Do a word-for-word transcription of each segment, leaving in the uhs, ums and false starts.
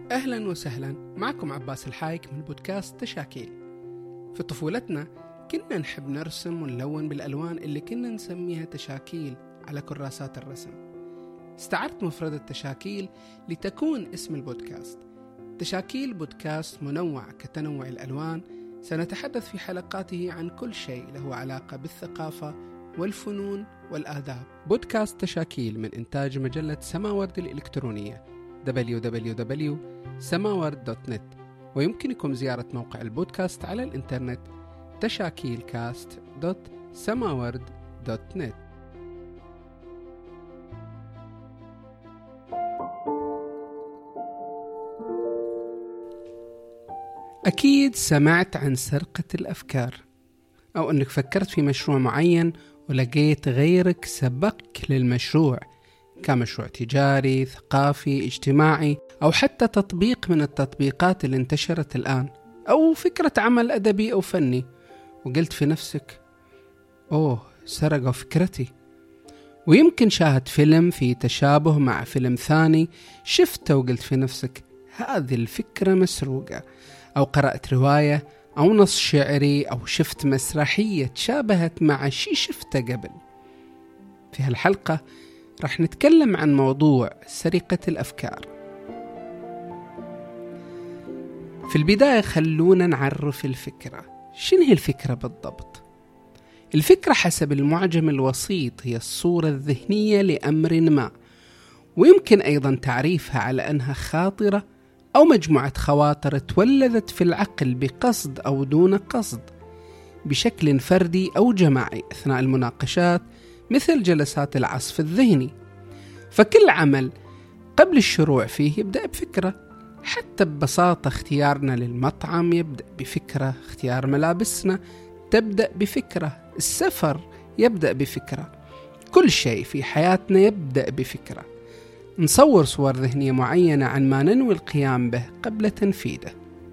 أهلا وسهلا، معكم عباس الحايك من بودكاست تشاكيل. في طفولتنا كنا نحب نرسم ونلون بالألوان اللي كنا نسميها تشاكيل على كراسات الرسم. استعرت مفردة تشاكيل لتكون اسم البودكاست. تشاكيل بودكاست منوع كتنوع الألوان، سنتحدث في حلقاته عن كل شيء له علاقة بالثقافة والفنون والآداب. بودكاست تشاكيل من إنتاج مجلة سماورد الإلكترونية دبليو دبليو دبليو دوت سماورد دوت نت، ويمكنكم زيارة موقع البودكاست على الإنترنت تشاكيلكاست دوت سماورد دوت نت. أكيد سمعت عن سرقة الأفكار، أو أنك فكرت في مشروع معين ولقيت غيرك سبقك للمشروع، كمشروع تجاري، ثقافي، اجتماعي، أو حتى تطبيق من التطبيقات اللي انتشرت الآن، أو فكرة عمل أدبي أو فني، وقلت في نفسك أوه سرقوا فكرتي. ويمكن شاهد فيلم في تشابه مع فيلم ثاني شفته وقلت في نفسك هذه الفكرة مسروقة، أو قرأت رواية أو نص شعري أو شفت مسرحية تشابهت مع شي شفته قبل. في هالحلقة رح نتكلم عن موضوع سرقة الأفكار. في البداية خلونا نعرف الفكرة. شنو هي الفكرة بالضبط؟ الفكرة حسب المعجم الوسيط هي الصورة الذهنية لأمر ما، ويمكن أيضا تعريفها على أنها خاطرة أو مجموعة خواطر تولدت في العقل بقصد أو دون قصد، بشكل فردي أو جماعي أثناء المناقشات، مثل جلسات العصف الذهني. فكل عمل قبل الشروع فيه يبدأ بفكرة، حتى ببساطة اختيارنا للمطعم يبدأ بفكرة، اختيار ملابسنا تبدأ بفكرة، السفر يبدأ بفكرة، كل شيء في حياتنا يبدأ بفكرة. نصور صور ذهنية معينة عن ما ننوي القيام به قبل تنفيذه.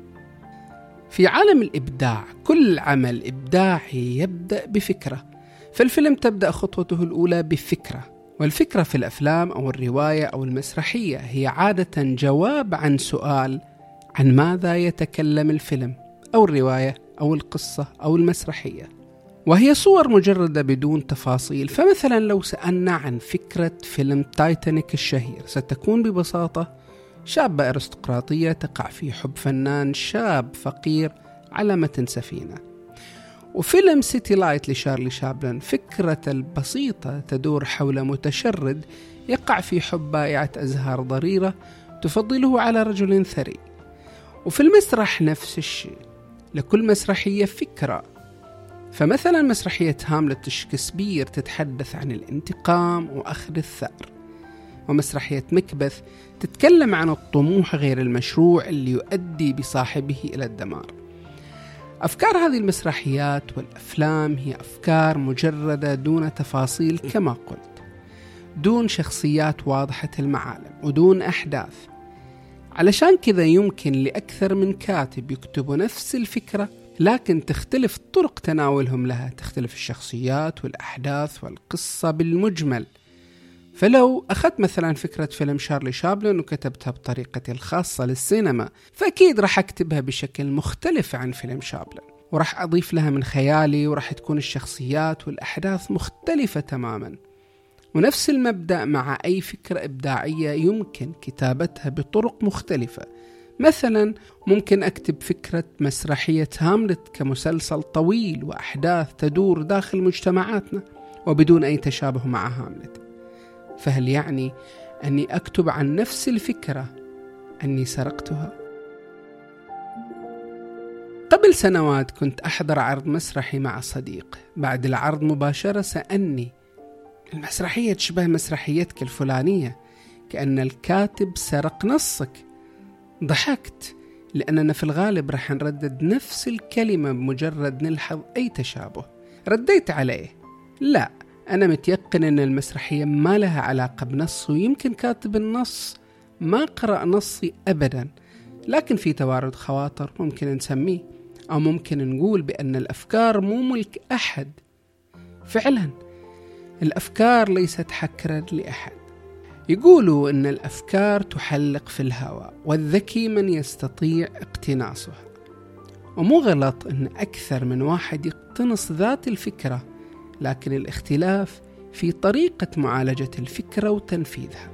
في عالم الإبداع كل عمل إبداعي يبدأ بفكرة، فالفيلم تبدأ خطوته الأولى بفكرة، والفكرة في الأفلام أو الرواية أو المسرحية هي عادة جواب عن سؤال عن ماذا يتكلم الفيلم أو الرواية أو القصة أو المسرحية، وهي صور مجردة بدون تفاصيل. فمثلا لو سألنا عن فكرة فيلم تايتانيك الشهير ستكون ببساطة شابة أرستقراطية تقع في حب فنان شاب فقير على متن سفينة. وفيلم سيتي لايت لشارلي شابلن فكرة البسيطة تدور حول متشرد يقع في حب بائعة أزهار ضريرة تفضله على رجل ثري. وفي المسرح نفس الشيء، لكل مسرحية فكرة. فمثلا مسرحية هاملت شكسبير تتحدث عن الانتقام وأخذ الثأر، ومسرحية مكبث تتكلم عن الطموح غير المشروع اللي يؤدي بصاحبه إلى الدمار. أفكار هذه المسرحيات والأفلام هي أفكار مجردة دون تفاصيل كما قلت، دون شخصيات واضحة المعالم ودون أحداث. علشان كذا يمكن لأكثر من كاتب يكتبوا نفس الفكرة، لكن تختلف طرق تناولهم لها، تختلف الشخصيات والأحداث والقصة بالمجمل. فلو أخذت مثلا فكرة فيلم شارلي شابلن وكتبتها بطريقتي الخاصة للسينما، فأكيد راح أكتبها بشكل مختلف عن فيلم شابلن، وراح أضيف لها من خيالي، وراح تكون الشخصيات والأحداث مختلفة تماما. ونفس المبدأ مع أي فكرة إبداعية يمكن كتابتها بطرق مختلفة. مثلا ممكن أكتب فكرة مسرحية هاملت كمسلسل طويل وأحداث تدور داخل مجتمعاتنا وبدون أي تشابه مع هاملت. فهل يعني أني أكتب عن نفس الفكرة أني سرقتها؟ قبل سنوات كنت أحضر عرض مسرحي مع صديق. بعد العرض مباشرة سألني المسرحية تشبه مسرحيتك الفلانية، كأن الكاتب سرق نصك. ضحكت لأننا في الغالب رح نردد نفس الكلمة بمجرد نلحظ أي تشابه. رديت عليه لا، أنا متيقن أن المسرحية ما لها علاقة بنص، ويمكن كاتب النص ما قرأ نصي أبدا، لكن في توارد خواطر ممكن نسميه، أو ممكن نقول بأن الأفكار مو ملك أحد. فعلا الأفكار ليست حكرا لأحد، يقولوا أن الأفكار تحلق في الهواء، والذكي من يستطيع اقتناصها. ومو غلط أن أكثر من واحد يقتنص ذات الفكرة، لكن الاختلاف في طريقة معالجة الفكرة وتنفيذها.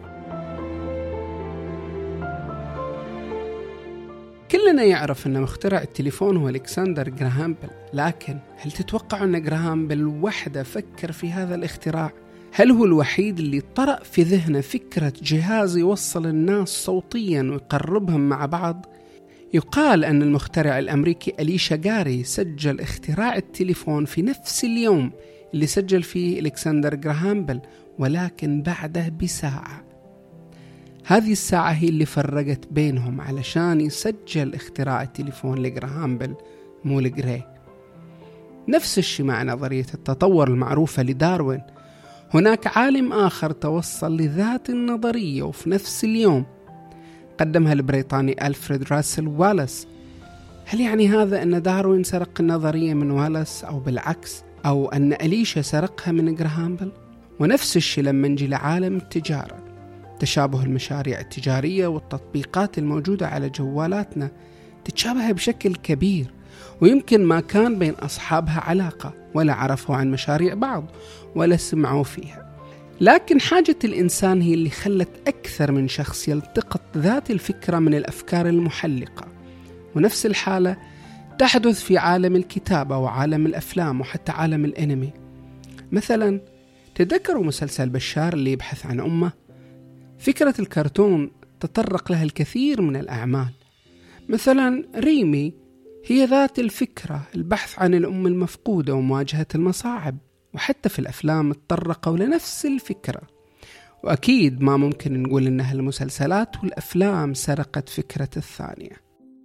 كلنا يعرف أن مخترع التليفون هو ألكسندر غراهام بيل، لكن هل تتوقع أن غراهام بيل وحده فكر في هذا الاختراع؟ هل هو الوحيد اللي طرأ في ذهنه فكرة جهاز يوصل الناس صوتيا ويقربهم مع بعض؟ يقال أن المخترع الأمريكي أليشا غاري سجل اختراع التليفون في نفس اليوم اللي سجل فيه ألكسندر غراهام بيل، ولكن بعده بساعة. هذه الساعة هي اللي فرقت بينهم علشان يسجل اختراع التليفون لغراهام بيل مو لغري. نفس الشيء مع نظرية التطور المعروفة لداروين. هناك عالم آخر توصل لذات النظرية وفي نفس اليوم قدمها البريطاني ألفريد راسل والاس. هل يعني هذا أن داروين سرق النظرية من والاس، أو بالعكس، أو أن أليشا سرقها من غراهام بيل؟ ونفس الشيء لما نجي لعالم التجارة، تشابه المشاريع التجارية والتطبيقات الموجودة على جوالاتنا تتشابه بشكل كبير، ويمكن ما كان بين أصحابها علاقة ولا عرفوا عن مشاريع بعض ولا سمعوا فيها، لكن حاجة الإنسان هي اللي خلت أكثر من شخص يلتقط ذات الفكرة من الأفكار المحلقة. ونفس الحالة تحدث في عالم الكتابة وعالم الأفلام وحتى عالم الأنمي. مثلا تذكروا مسلسل بشار اللي يبحث عن أمه؟ فكرة الكرتون تطرق لها الكثير من الأعمال. مثلا ريمي هي ذات الفكرة، البحث عن الأم المفقودة ومواجهة المصاعب. وحتى في الأفلام تطرقوا لنفس الفكرة. وأكيد ما ممكن نقول إنها المسلسلات والأفلام سرقت فكرة الثانية.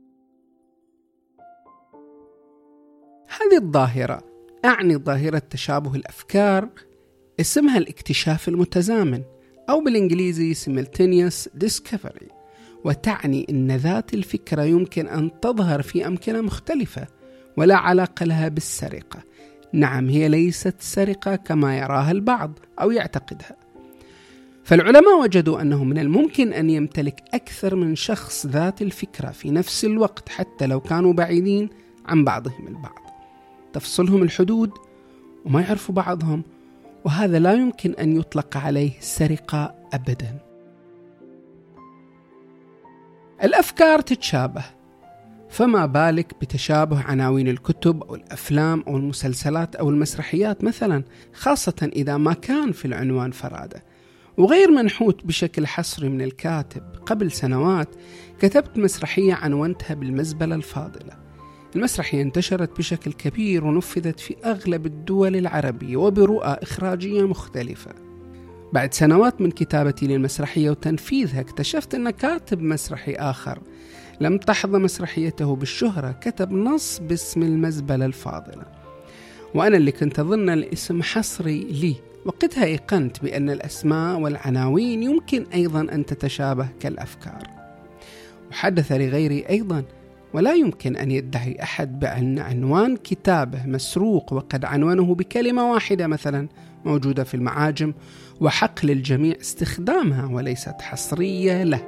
هذه الظاهرة، أعني ظاهرة تشابه الأفكار، اسمها الاكتشاف المتزامن، أو بالإنجليزي simultaneous discovery، وتعني أن ذات الفكرة يمكن أن تظهر في أمكنة مختلفة ولا علاقة لها بالسرقة. نعم، هي ليست سرقة كما يراها البعض أو يعتقدها. فالعلماء وجدوا أنه من الممكن أن يمتلك أكثر من شخص ذات الفكرة في نفس الوقت، حتى لو كانوا بعيدين عن بعضهم البعض، تفصلهم الحدود وما يعرفوا بعضهم، وهذا لا يمكن أن يطلق عليه سرقة أبدا. الأفكار تتشابه، فما بالك بتشابه عناوين الكتب أو الأفلام أو المسلسلات أو المسرحيات مثلا، خاصة إذا ما كان في العنوان فرادة وغير منحوت بشكل حصري من الكاتب. قبل سنوات كتبت مسرحية عنوانتها بالمزبلة الفاضلة. المسرحية انتشرت بشكل كبير ونفذت في أغلب الدول العربية وبرؤى إخراجية مختلفة. بعد سنوات من كتابتي للمسرحية وتنفيذها، اكتشفت أن كاتب مسرحي آخر لم تحظى مسرحيته بالشهرة كتب نص باسم المزبلة الفاضلة، وأنا اللي كنت أظن الاسم حصري لي. وقتها أيقنت بأن الأسماء والعناوين يمكن أيضا أن تتشابه كالأفكار. وحدث لغيري أيضا، ولا يمكن أن يدعي أحد بأن عنوان كتابه مسروق وقد عنوانه بكلمة واحدة مثلا موجودة في المعاجم، وحق للجميع استخدامها وليست حصرية له.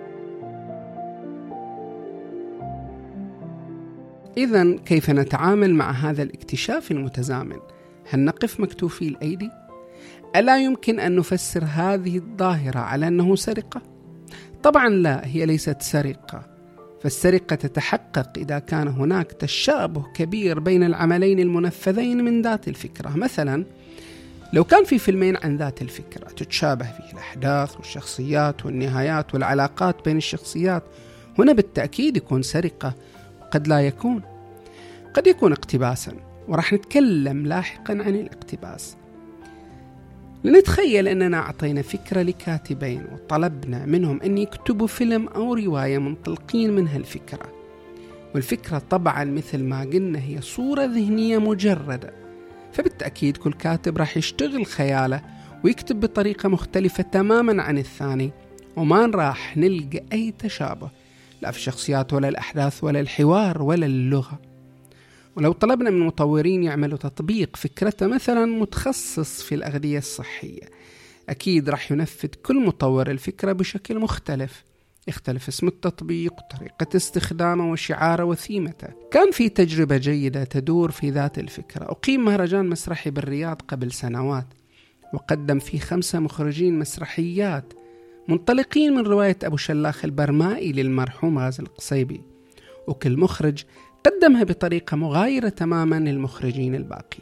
إذن كيف نتعامل مع هذا الاكتشاف المتزامن؟ هل نقف مكتوفي الأيدي؟ ألا يمكن أن نفسر هذه الظاهرة على أنه سرقة؟ طبعا لا، هي ليست سرقة. فالسرقة تتحقق إذا كان هناك تشابه كبير بين العملين المنفذين من ذات الفكرة. مثلا لو كان في فيلمين عن ذات الفكرة تتشابه فيه الأحداث والشخصيات والنهايات والعلاقات بين الشخصيات، هنا بالتأكيد يكون سرقة. قد لا يكون، قد يكون اقتباسا، وراح نتكلم لاحقا عن الاقتباس. لنتخيل أننا أعطينا فكرة لكاتبين وطلبنا منهم أن يكتبوا فيلم أو رواية منطلقين من هالفكرة، والفكرة طبعا مثل ما قلنا هي صورة ذهنية مجردة، فبالتأكيد كل كاتب راح يشتغل خياله ويكتب بطريقة مختلفة تماما عن الثاني، وما راح نلقى أي تشابه لا في الشخصيات ولا الأحداث ولا الحوار ولا اللغة. ولو طلبنا من مطورين يعملوا تطبيق فكرته مثلا متخصص في الأغذية الصحية، أكيد راح ينفذ كل مطور الفكرة بشكل مختلف، يختلف اسم التطبيق وطريقة استخدامه وشعاره وثيمته. كان في تجربة جيدة تدور في ذات الفكرة. أقيم مهرجان مسرحي بالرياض قبل سنوات، وقدم فيه خمسة مخرجين مسرحيات منطلقين من رواية أبو شلاخ البرمائي للمرحوم غازي القصيبي، وكل مخرج قدمها بطريقة مغايرة تماما للمخرجين الباقين.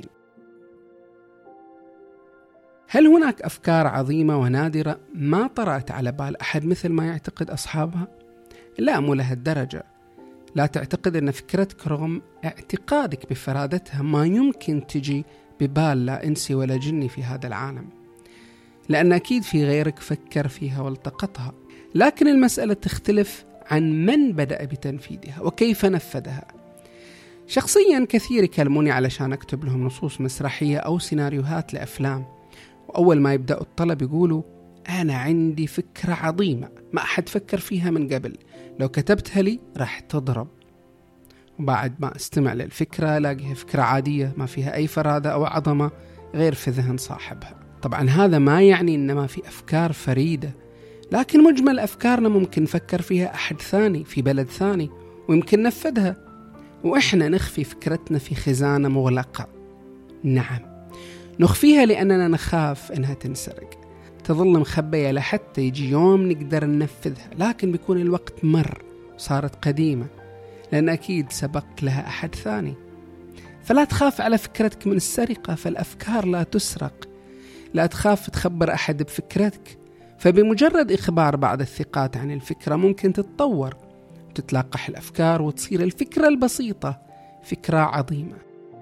هل هناك أفكار عظيمة ونادرة ما طرأت على بال أحد مثل ما يعتقد أصحابها؟ لا، مو لهالدرجة. لا تعتقد أن فكرتك رغم اعتقادك بفرادتها ما يمكن تجي ببال لا إنسي ولا جني في هذا العالم، لأن أكيد في غيرك فكر فيها والتقطها. لكن المسألة تختلف عن من بدأ بتنفيذها وكيف نفذها. شخصيا كثير يكلموني علشان أكتب لهم نصوص مسرحية أو سيناريوهات لأفلام، وأول ما يبدأوا الطلب يقولوا أنا عندي فكرة عظيمة ما أحد فكر فيها من قبل، لو كتبتها لي راح تضرب. وبعد ما استمع للفكرة لاقيها فكرة عادية ما فيها أي فرادة أو عظمة غير في ذهن صاحبها. طبعا هذا ما يعني إن ما في أفكار فريدة، لكن مجمل أفكارنا ممكن نفكر فيها أحد ثاني في بلد ثاني ويمكن نفذها، وإحنا نخفي فكرتنا في خزانة مغلقة. نعم، نخفيها لأننا نخاف إنها تنسرق، تظل مخبية لحتى يجي يوم نقدر ننفذها، لكن بيكون الوقت مر وصارت قديمة، لأن أكيد سبق لها أحد ثاني. فلا تخاف على فكرتك من السرقة، فالأفكار لا تسرق. لا تخاف تخبر أحد بفكرتك، فبمجرد إخبار بعض الثقات عن الفكرة ممكن تتطور وتتلاقح الأفكار وتصير الفكرة البسيطة فكرة عظيمة.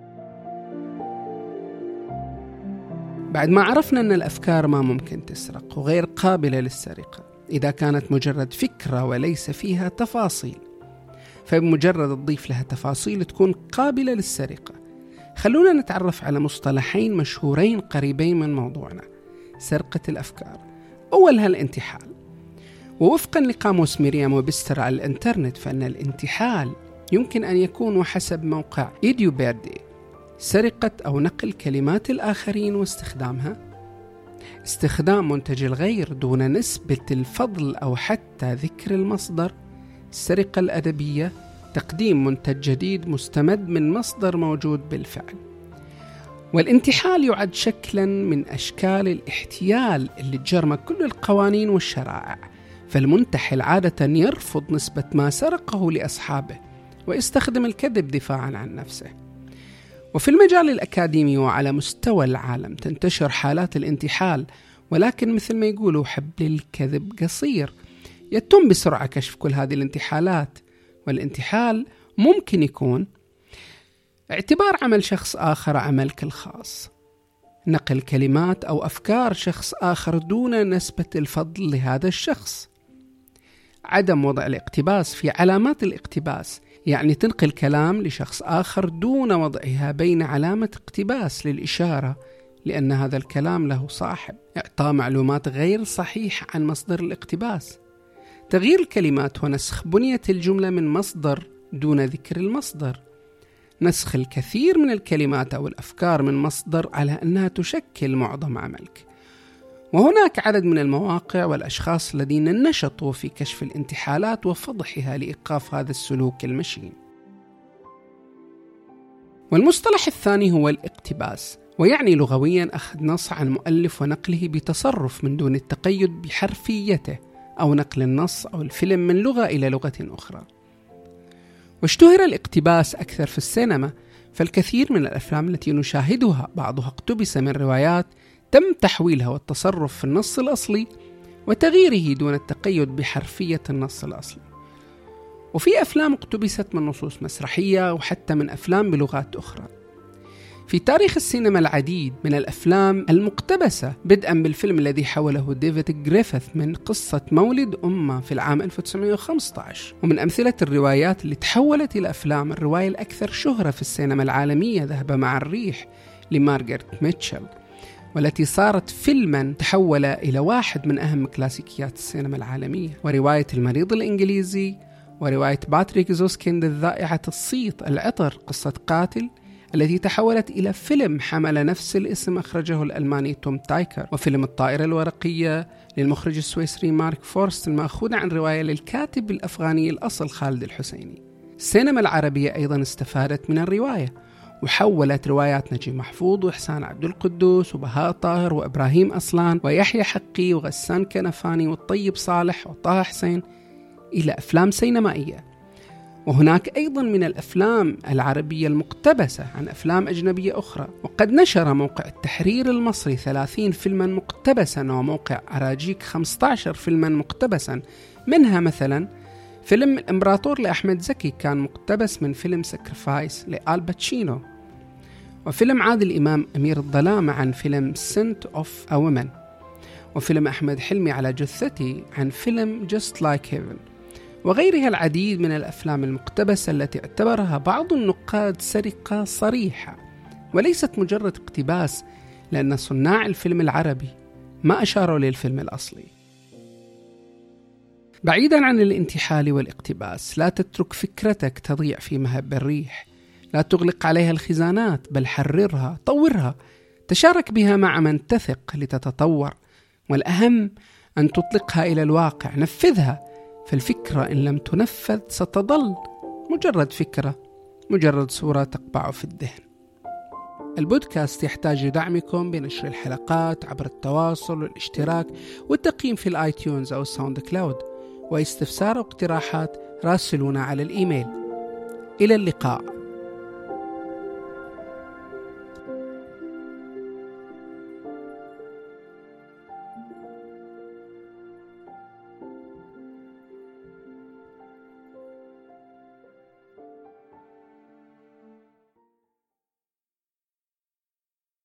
بعد ما عرفنا أن الأفكار ما ممكن تسرق وغير قابلة للسرقة إذا كانت مجرد فكرة وليس فيها تفاصيل، فبمجرد تضيف لها تفاصيل تكون قابلة للسرقة. خلونا نتعرف على مصطلحين مشهورين قريبين من موضوعنا، سرقة الأفكار. أولها الانتحال، ووفقا لقاموس مريم وبستر على الإنترنت فإن الانتحال يمكن أن يكون وحسب موقع إيديو بيردي سرقة أو نقل كلمات الآخرين واستخدامها، استخدام منتج الغير دون نسبة الفضل أو حتى ذكر المصدر، السرقة الأدبية تقديم منتج جديد مستمد من مصدر موجود بالفعل. والانتحال يعد شكلا من أشكال الاحتيال اللي تجرم كل القوانين والشرائع، فالمنتحل عادة يرفض نسبة ما سرقه لأصحابه ويستخدم الكذب دفاعا عن نفسه. وفي المجال الأكاديمي وعلى مستوى العالم تنتشر حالات الانتحال، ولكن مثل ما يقولوا حبل الكذب قصير، يتم بسرعة كشف كل هذه الانتحالات. والانتحال ممكن يكون اعتبار عمل شخص آخر عملك الخاص، نقل كلمات أو أفكار شخص آخر دون نسبة الفضل لهذا الشخص، عدم وضع الاقتباس في علامات الاقتباس، يعني تنقل كلام لشخص آخر دون وضعها بين علامة اقتباس للإشارة لأن هذا الكلام له صاحب، إعطاء معلومات غير صحيحة عن مصدر الاقتباس، تغيير الكلمات ونسخ بنية الجملة من مصدر دون ذكر المصدر، نسخ الكثير من الكلمات أو الأفكار من مصدر على أنها تشكل معظم عملك. وهناك عدد من المواقع والأشخاص الذين نشطوا في كشف الانتحالات وفضحها لإيقاف هذا السلوك المشين. والمصطلح الثاني هو الاقتباس، ويعني لغويا أخذ نص عن مؤلف ونقله بتصرف من دون التقيد بحرفيته، أو نقل النص أو الفيلم من لغة إلى لغة أخرى. واشتهر الاقتباس أكثر في السينما، فالكثير من الأفلام التي نشاهدها بعضها اقتبس من روايات تم تحويلها والتصرف في النص الأصلي وتغييره دون التقيد بحرفية النص الأصلي. وفي أفلام اقتبست من نصوص مسرحية وحتى من أفلام بلغات أخرى. في تاريخ السينما العديد من الأفلام المقتبسة، بدءا بالفيلم الذي حوله ديفيد غريفيث من قصة مولد أمه في العام ألف وتسعمائة وخمسة عشر، ومن أمثلة الروايات اللي تحولت إلى أفلام الرواية الأكثر شهرة في السينما العالمية ذهب مع الريح لمارغريت ميتشل، والتي صارت فيلما تحول إلى واحد من أهم كلاسيكيات السينما العالمية، ورواية المريض الإنجليزي، ورواية باتريك زوسكيند الذائعة الصيت العطر قصة قاتل، التي تحولت إلى فيلم حمل نفس الاسم أخرجه الألماني توم تايكر، وفيلم الطائرة الورقية للمخرج السويسري مارك فورست المأخوذ عن رواية للكاتب الأفغاني الأصل خالد الحسيني. السينما العربية أيضا استفادت من الرواية وحولت روايات نجيب محفوظ وإحسان عبد القدوس وبهاء طاهر وإبراهيم أصلان ويحيى حقي وغسان كنفاني والطيب صالح وطه حسين إلى أفلام سينمائية. وهناك أيضا من الأفلام العربية المقتبسة عن أفلام أجنبية أخرى، وقد نشر موقع التحرير المصري ثلاثين فيلما مقتبسا وموقع أراجيك خمسة عشر فيلما مقتبسا، منها مثلا فيلم الإمبراطور لأحمد زكي كان مقتبس من فيلم ساكرفايس لآل باتشينو، وفيلم عادل إمام أمير الظلام عن فيلم سنت أوف أ وومن، وفيلم أحمد حلمي على جثتي عن فيلم Just Like Heaven، وغيرها العديد من الأفلام المقتبسة التي اعتبرها بعض النقاد سرقة صريحة وليست مجرد اقتباس، لأن صناع الفيلم العربي ما أشاروا للفيلم الأصلي. بعيدا عن الانتحال والاقتباس، لا تترك فكرتك تضيع في مهب الريح، لا تغلق عليها الخزانات، بل حررها، طورها، تشارك بها مع من تثق لتتطور، والأهم أن تطلقها إلى الواقع، نفذها، فالفكرة إن لم تنفذ ستظل مجرد فكرة، مجرد صورة تقبع في الذهن. البودكاست يحتاج لدعمكم بنشر الحلقات عبر التواصل والاشتراك والتقييم في الآي تيونز أو الساوند كلاود، واستفسار واقتراحات راسلونا على الإيميل. إلى اللقاء.